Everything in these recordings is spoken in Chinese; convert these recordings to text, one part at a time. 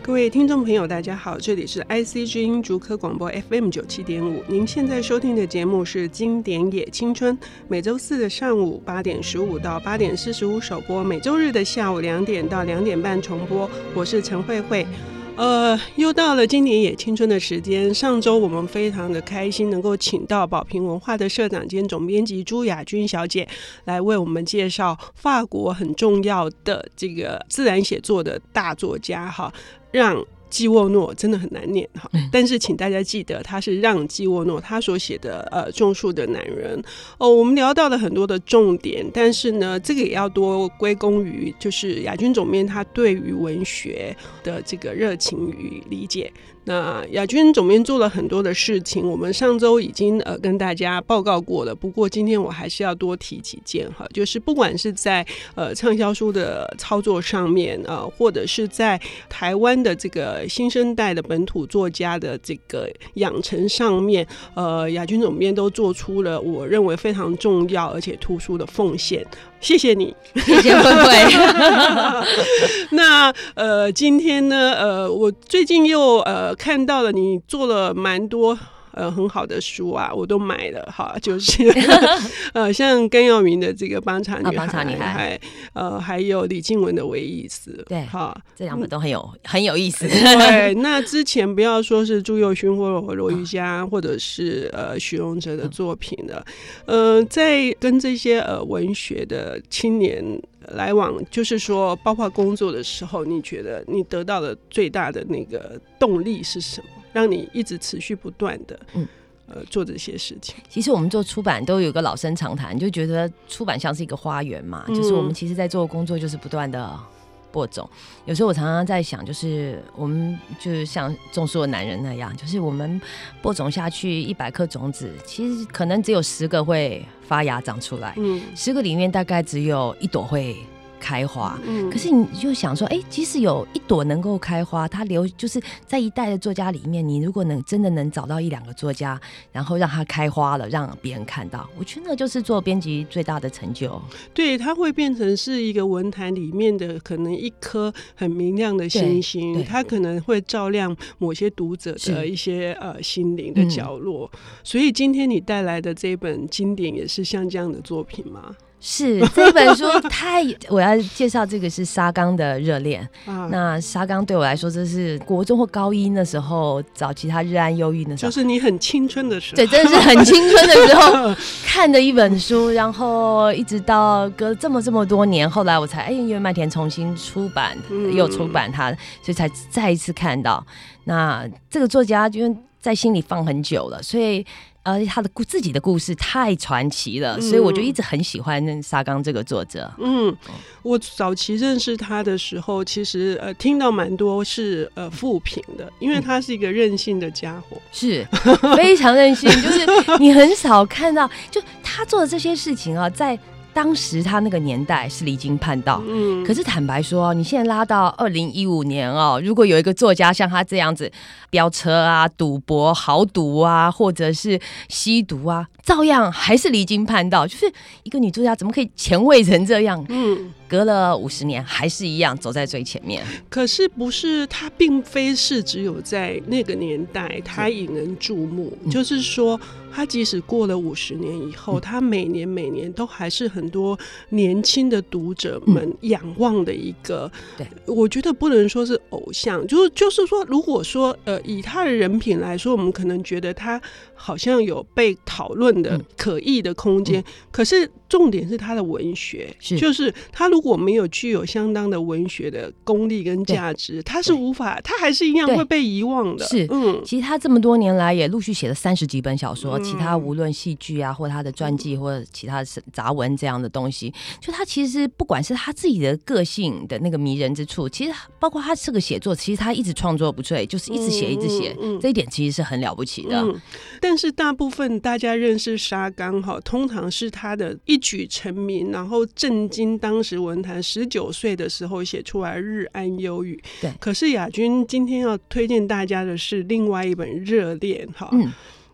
各位听众朋友大家好，这里是 IC 之音竹科广播 FM 97.5，您现在收听的节目是经典也青春，每周四的上午8点15到8点45首播，每周日的下午2点到2点半重播。我是陈慧慧。又到了经典也青春的时间。上周我们非常的开心能够请到宝瓶文化的社长兼总编辑朱雅君小姐来为我们介绍法国很重要的这个自然写作的大作家哈，让基沃诺真的很难念哈，但是请大家记得他是让基沃诺他所写的种树的男人我们聊到了很多的重点，但是呢这个也要多归功于就是雅君总编他对于文学的这个热情与理解。那雅君总编做了很多的事情，我们上周已经跟大家报告过了，不过今天我还是要多提几件哈，就是不管是在畅销书的操作上面或者是在台湾的这个新生代的本土作家的这个养成上面雅君总编都做出了我认为非常重要而且突出的奉献。谢谢你， 谢谢慧慧。 那今天呢我最近又看到了你做了蛮多很好的书啊，我都买了哈，就是像甘耀明的这个邦茶女孩， 邦茶女孩还有李静文的唯一死， 对哈，这两本都很有意思。 对，那之前不要说是朱佑勋或罗瑜伽或者是许荣哲的作品了，在跟这些文学的青年来往，就是说包括工作的时候，你觉得你得到的最大的那个动力是什么，让你一直持续不断的做这些事情？ 其实我们做出版都有个老生常谈，就觉得出版像是一个花园嘛，就是我们其实在做的工作就是不断的播种。有时候我常常在想，就是我们就是像种树的男人那样，就是我们播种下去100颗种子，其实可能只有10个会发芽长出来，10个里面大概只有1朵会开花，可是你就想说，即使有1朵能够开花，它就是在一代的作家里面，你如果真的能找到1-2个作家，然后让它开花了，让别人看到，我觉得那就是做编辑最大的成就。 对，它会变成是一个文坛里面的可能一颗很明亮的星星，它可能会照亮某些读者的一些心灵的角落。所以今天你带来的这本经典也是像这样的作品吗？ 是，这本书我要介绍这个是沙冈的热恋那沙冈对我来说这是国中或高一那时候早期他日安忧郁的时候， 就是你很青春的时候， 对，真的是很青春的时候看的一本书，然后一直到隔这么多年，后来我才因为麦田重新出版又出版它，所以才再一次看到那这个作家，因为在心里放很久了，所以他的自己的故事太传奇了，所以我就一直很喜欢沙冈这个作者。 我早期认识他的时候，其实听到蛮多是负评的，因为他是一个任性的家伙， 是非常任性，就是你很少看到，就他做的这些事情在当时他那个年代是离经叛道，可是坦白说，你现在拉到2015年如果有一个作家像他这样子飙车啊、赌博、豪赌啊，或者是吸毒啊，照样还是离经叛道。就是一个女作家怎么可以前卫成这样？隔了50年还是一样走在最前面。 可是不是，他并非是只有在那个年代他引人注目，就是说他即使过了50年以后，他每年都还是很多年轻的读者们仰望的一个，我觉得不能说是偶像，就是说如果说以他的人品来说，我们可能觉得他好像有被讨论的可议的空间，可是重点是他的文学，就是他如果没有具有相当的文学的功力跟价值，他是无法，他还是一样会被遗忘的。 是，其实他这么多年来也陆续写了30几本小说，其他无论戏剧啊，或他的传记，或者其他的杂文这样的东西，就他其实不管是他自己的个性的那个迷人之处，其实包括他这个写作，其实他一直创作不辍，就是一直写，这一点其实是很了不起的。 但是大部分大家认识沙冈通常是他的一举成名，然后震惊当时文坛，19岁的时候写出来《日安忧郁》。对，可是雅君今天要推荐大家的是另外一本《热恋》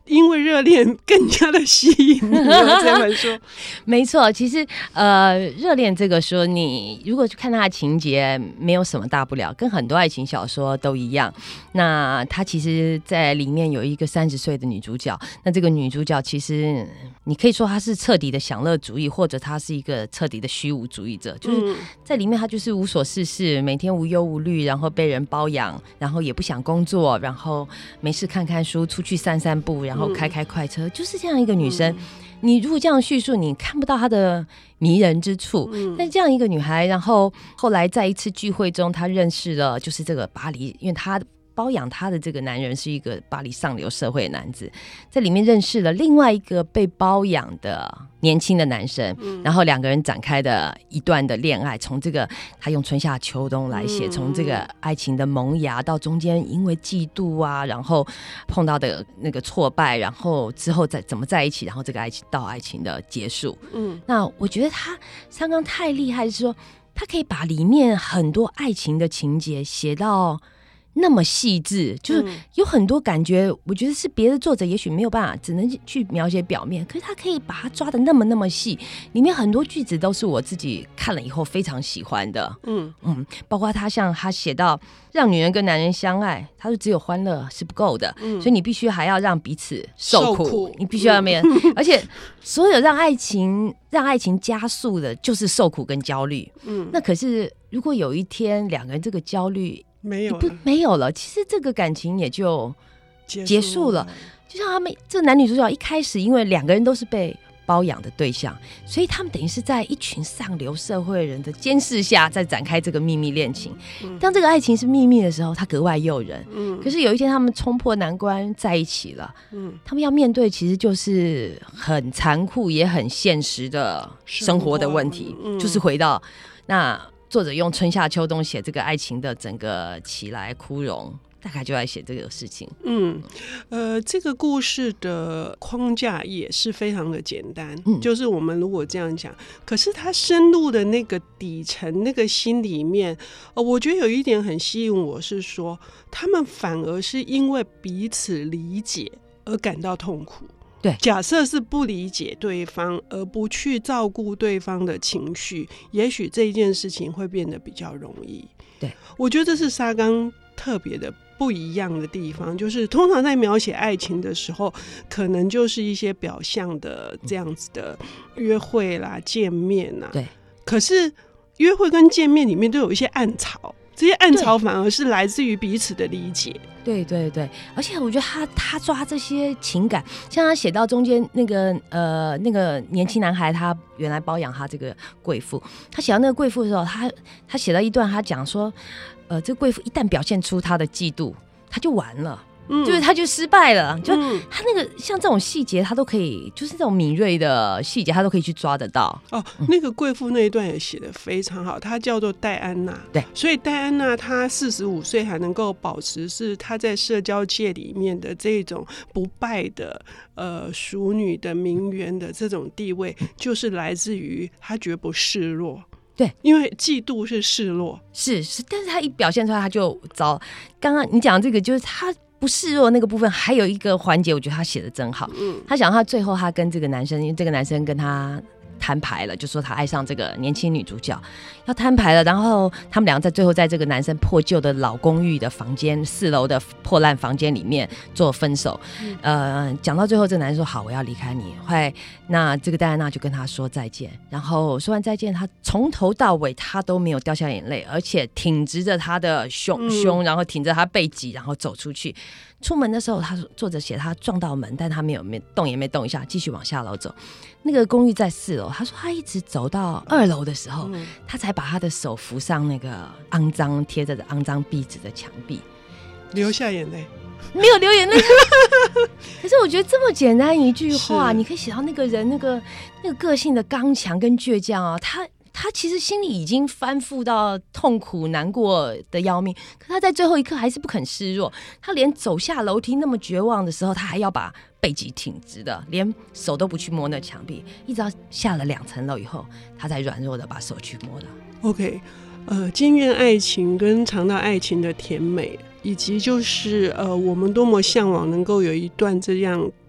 因为热恋更加的吸引你了这本书。 没错，其实热恋这个说，你如果去看它的情节，没有什么大不了，跟很多爱情小说都一样。那它其实在里面有一个30岁的女主角，那这个女主角其实你可以说她是彻底的享乐主义，或者她是一个彻底的虚无主义者，就是在里面她就是无所事事，每天无忧无虑，然后被人包养，然后也不想工作，然后没事看看书，出去散散步，然后开快车，就是这样一个女生。你如果这样叙述，你看不到她的迷人之处。但这样一个女孩，然后后来在一次聚会中，她认识了就是这个巴黎，因为她包养她的这个男人是一个巴黎上流社会的男子，在里面认识了另外一个被包养的年轻的男生，然后两个人展开的一段的恋爱，从这个他用春夏秋冬来写，从这个爱情的萌芽到中间因为嫉妒啊，然后碰到的那个挫败，然后之后再怎么在一起，然后这个爱情到爱情的结束。那我觉得他刚刚太厉害，是说他可以把里面很多爱情的情节写到那么细致，就是有很多感觉，我觉得是别的作者也许没有办法，只能去描写表面，可是他可以把它抓得那么细，里面很多句子都是我自己看了以后非常喜欢的。包括他像他写到让女人跟男人相爱，他说只有欢乐是不够的，所以你必须还要让彼此受苦，你必须要而且所有让爱情加速的就是受苦跟焦虑。那可是如果有一天两个人这个焦虑没有了，其实这个感情也就结束了。就像他们这男女主角一开始，因为两个人都是被包养的对象，所以他们等于是在一群上流社会人的监视下在展开这个秘密恋情。当这个爱情是秘密的时候，它格外诱人。可是有一天他们冲破难关在一起了，他们要面对其实就是很残酷也很现实的生活的问题，就是回到那作者用春夏秋冬写这个爱情的整个起来枯荣，大概就在写这个事情。 这个故事的框架也是非常的简单，就是我们如果这样讲，可是他深入的那个底层那个心里面，我觉得有一点很吸引我，是说他们反而是因为彼此理解而感到痛苦。 对， 假设是不理解对方而不去照顾对方的情绪，也许这一件事情会变得比较容易。 对， 我觉得这是沙冈特别的不一样的地方，就是通常在描写爱情的时候，可能就是一些表象的这样子的约会啦、见面啦。 对， 可是约会跟见面里面都有一些暗槽，这些暗槽反而是来自于彼此的理解。 对对对，而且我觉得他抓这些情感，像他写到中间那个年轻男孩，他原来包养他这个贵妇，他写到那个贵妇的时候，他写到一段，他讲说，这个贵妇一旦表现出他的嫉妒，他就完了。就是他就失败了，就他那个像这种细节，他都可以，就是这种敏锐的细节，他都可以去抓得到。 那个贵妇那一段也写得非常好，她叫做戴安娜。 对， 所以戴安娜她45岁还能够保持是她在社交界里面的这种不败的淑女的名媛的这种地位，就是来自于她绝不示弱。 对， 因为嫉妒是示弱， 是，但是他一表现出来他就糟。刚刚你讲这个就是他不示弱那个部分，还有一个环节，我觉得他写的真好。他讲他最后他跟这个男生，因为这个男生跟他摊牌了，就说他爱上这个年轻女主角，要摊牌了，然后他们两个最后在这个男生破旧的老公寓的房间，4楼的破烂房间里面做分手。讲到最后，这个男生说好，我要离开你。后来那这个戴安娜就跟他说再见，然后说完再见，他从头到尾他都没有掉下眼泪，而且挺直着他的胸，然后挺着他背脊，然后走出去。出门的时候，作者写他撞到门，但他没动也没动一下，继续往下楼走。那个公寓在4楼，他说他一直走到2楼的时候，他才把他的手扶上那个肮脏贴着肮脏壁纸的墙壁， 流下眼泪。 没有流眼泪可是我觉得这么简单一句话，你可以写到那个人那个个性的刚强跟倔强啊，他其实心里已经翻覆到痛苦难过的要命，可他在最后一刻还是不肯示弱，他连走下楼梯那么绝望的时候，他还要把背脊挺直的，连手都不去摸那墙壁，一直到下了2层楼以后，他才软弱的把手去摸的。 OK， 经验爱情跟尝到爱情的甜美，以及就是我们多么向往能够有一段这样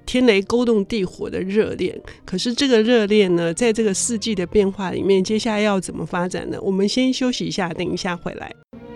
天雷勾动地火的热恋。可是这个热恋呢，在这个四季的变化里面，接下来要怎么发展呢？我们先休息一下，等一下回来。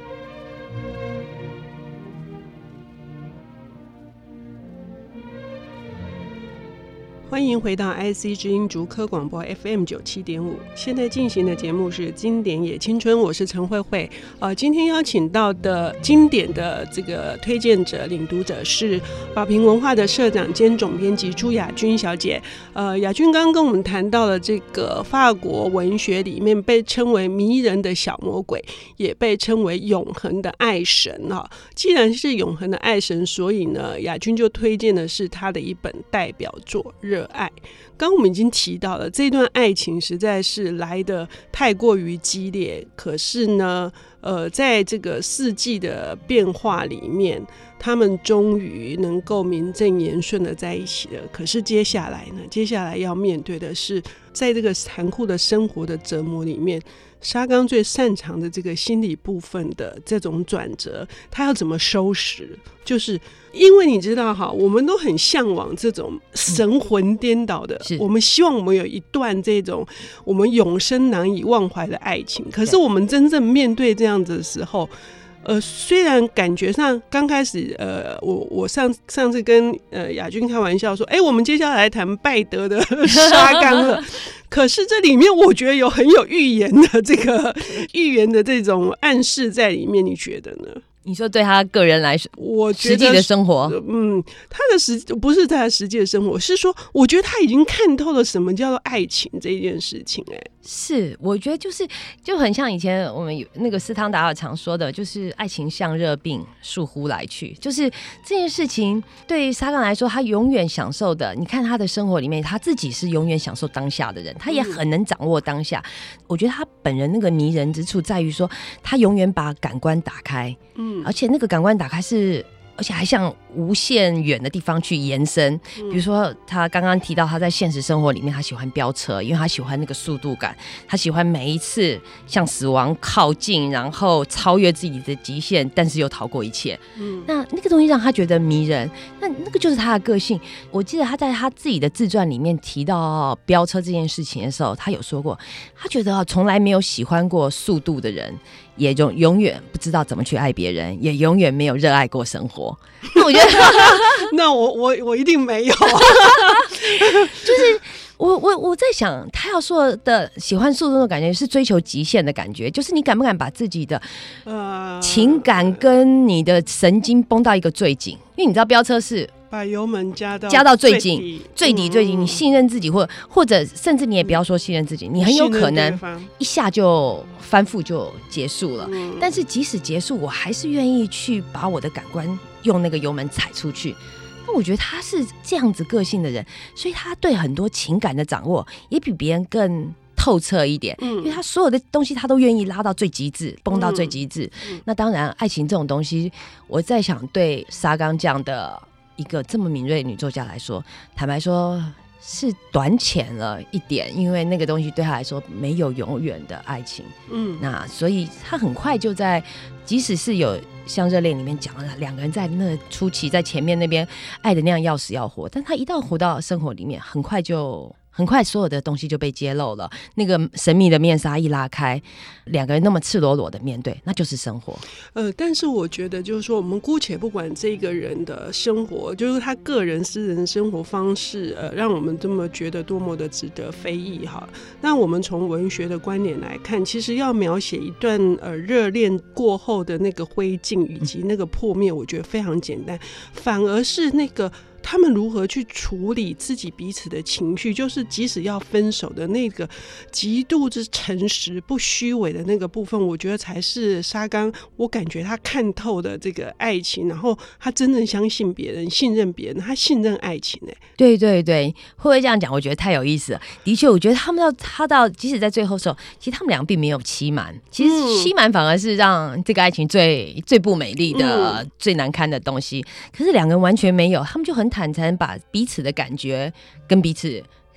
欢迎回到 IC 之音竹科广播 FM97.5， 现在进行的节目是经典也青春，我是陈慧慧。今天邀请到的经典的这个推荐者、领读者是宝瓶文化的社长兼总编辑朱雅君小姐。雅君刚刚跟我们谈到了这个法国文学里面被称为迷人的小魔鬼，也被称为永恒的爱神。既然是永恒的爱神，所以呢，雅君就推荐的是他的一本代表作热爱。刚刚我们已经提到了，这段爱情实在是来得太过于激烈，可是呢在这个四季的变化里面，他们终于能够名正言顺的在一起了。可是接下来呢？接下来要面对的是，在这个残酷的生活的折磨里面，沙冈最擅长的这个心理部分的这种转折，他要怎么收拾？就是因为你知道哈，我们都很向往这种神魂颠倒的，我们希望我们有一段这种我们永生难以忘怀的爱情。可是我们真正面对这样子的时候，虽然感觉上刚开始，我上次跟雅君开玩笑说，我们接下来谈拜德的沙冈了。可是这里面我觉得有很有预言的这种暗示在里面，你觉得呢？ 你说对他个人来说， 我觉得实际的生活， 他的不是他的实际的生活，是说我觉得他已经看透了什么叫做爱情这件事情。 是，我觉得就很像以前我们那个斯汤达尔常说的，就是爱情像热病，倏忽来去。就是这件事情对沙冈来说，他永远享受的。你看他的生活里面，他自己是永远享受当下的人，他也很能掌握当下。我觉得他本人那个迷人之处在于说，他永远把感官打开，而且那个感官打开而且还向无限远的地方去延伸。比如说他刚刚提到他在现实生活里面他喜欢飙车，因为他喜欢那个速度感，他喜欢每一次向死亡靠近，然后超越自己的极限，但是又逃过一切。那个东西让他觉得迷人，那个就是他的个性。我记得他在他自己的自传里面提到飙车这件事情的时候，他有说过，他觉得从来没有喜欢过速度的人，也永远不知道怎么去爱别人，也永远没有热爱过生活。那我觉得那我一定没有就是我在想，他要说的喜欢速度的感觉是追求极限的感觉，就是你敢不敢把自己的情感跟你的神经绷到一个最紧。因为你知道飙车是把油门加到最紧最紧，你信任自己，或者甚至你也不要说信任自己，你很有可能一下就翻覆就结束了。但是即使结束，我还是愿意去把我的感官用那个油门踩出去。那我觉得他是这样子个性的人，所以他对很多情感的掌握也比别人更透彻一点，因为他所有的东西他都愿意拉到最极致，绷到最极致。那当然爱情这种东西，我在想对沙冈这样的一个这么敏锐的女作家来说，坦白说是短浅了一点，因为那个东西对他来说没有永远的爱情。那所以他很快就在，即使是有像热恋里面讲了两个人在那初期在前面那边爱的那样要死要活，但他一到回到生活里面，很快所有的东西就被揭露了，那个神秘的面纱一拉开，两个人那么赤裸裸的面对，那就是生活。 但是我觉得就是说，我们姑且不管这个人的生活，就是他个人私人生活方式，让我们这么觉得多么的值得非议哈。那我们从文学的观点来看，其实要描写一段热恋过后的那个灰烬以及那个破灭，我觉得非常简单，反而是那个他们如何去处理自己彼此的情绪，就是即使要分手的那个极度之诚实不虚伪的那个部分，我觉得才是沙冈我感觉他看透的这个爱情，然后他真正相信别人，信任别人，他信任爱情。 对对对，会不会这样讲？我觉得太有意思了。的确，我觉得他到即使在最后的时候，其实他们俩并没有欺瞒，其实欺瞒反而是让这个爱情最不美丽的、最难堪的东西。可是两个人完全没有，他们就很坦诚把彼此的感觉跟彼此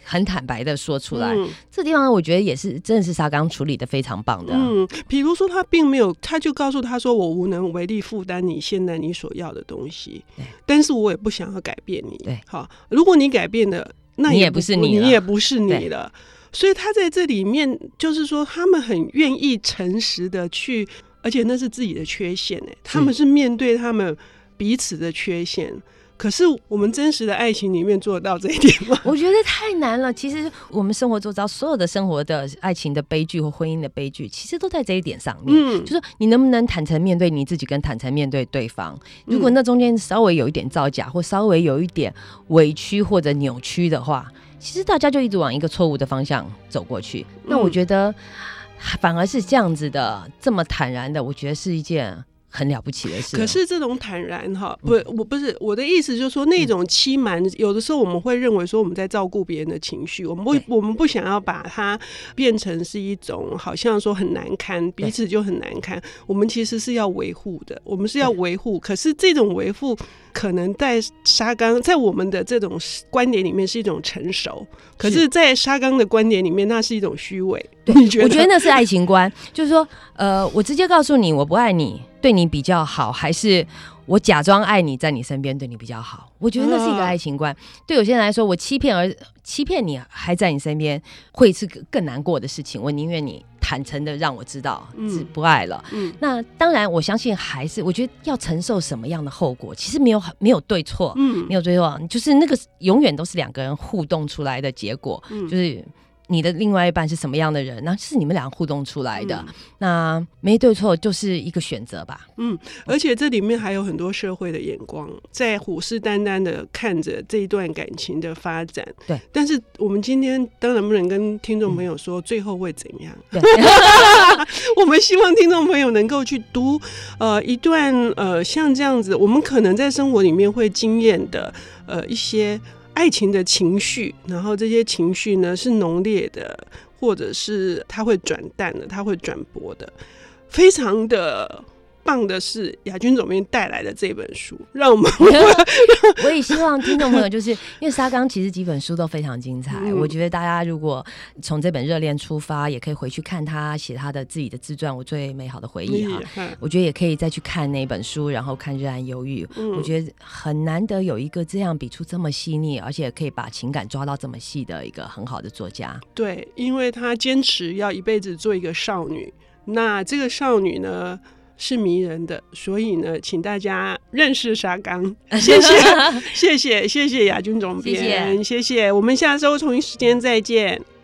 很坦白的说出来。这地方我觉得也是真的是沙冈处理的非常棒的。 比如说他并没有，他就告诉他说我无能为力负担你现在你所要的东西，但是我也不想要改变你。 对， 好，如果你改变了，那你也不是你了， 你也不是你了。所以他在这里面就是说，他们很愿意诚实的去，而且那是自己的缺陷，他们是面对他们彼此的缺陷。可是我们真实的爱情里面做得到这一点吗？ 我觉得太难了。其实我们生活周遭所有的生活的爱情的悲剧或婚姻的悲剧，其实都在这一点上面。就是说你能不能坦诚面对你自己，跟坦诚面对对方。如果那中间稍微有一点造假，或稍微有一点委屈或者扭曲的话，其实大家就一直往一个错误的方向走过去。那我觉得反而是这样子的，这么坦然的，我觉得是一件很了不起的事。 可是这种坦然我的意思就是说，那种欺瞒，有的时候我们会认为说我们在照顾别人的情绪，我们不想要把它变成是一种好像说很难堪，彼此就很难堪。我们其实是要维护的，我们是要维护。可是这种维护可能在沙冈，在我们的这种观点里面是一种成熟，可是在沙冈的观点里面，那是一种虚伪。你觉得？ 我觉得那是爱情观，就是说，我直接告诉你我不爱你，对你比较好，还是我假装爱你，在你身边对你比较好？我觉得那是一个爱情观。对有些人来说，我欺骗你还在你身边，会是更难过的事情。我宁愿你坦诚的让我知道是不爱了。那当然，我相信还是我觉得要承受什么样的后果，其实没有对错，没有对错，就是那个永远都是两个人互动出来的结果，就是你的另外一半是什么样的人，那是你们俩互动出来的。那没对错，就是一个选择吧。 而且这里面还有很多社会的眼光，在虎视眈眈的看着这一段感情的发展。 对， 但是我们今天当然不能跟听众朋友说最后会怎样。对我们希望听众朋友能够去读一段像这样子，我们可能在生活里面会经验的一些爱情的情绪，然后这些情绪呢是浓烈的，或者是它会转淡的，它会转薄的。非常的棒的是雅君总编带来的这本书，让我们我也希望听众朋友，就是因为沙冈其实几本书都非常精彩，我觉得大家如果从这本热恋出发，也可以回去看他写他的自己的自传《我最美好的回忆》我觉得也可以再去看那本书，然后看《日安忧郁》我觉得很难得有一个这样笔触这么细腻，而且可以把情感抓到这么细的一个很好的作家。 对，因为他坚持要一辈子做一个少女，那这个少女呢是迷人的，所以呢请大家认识沙冈。谢谢雅君总编，谢谢，我们下周同一时间再见。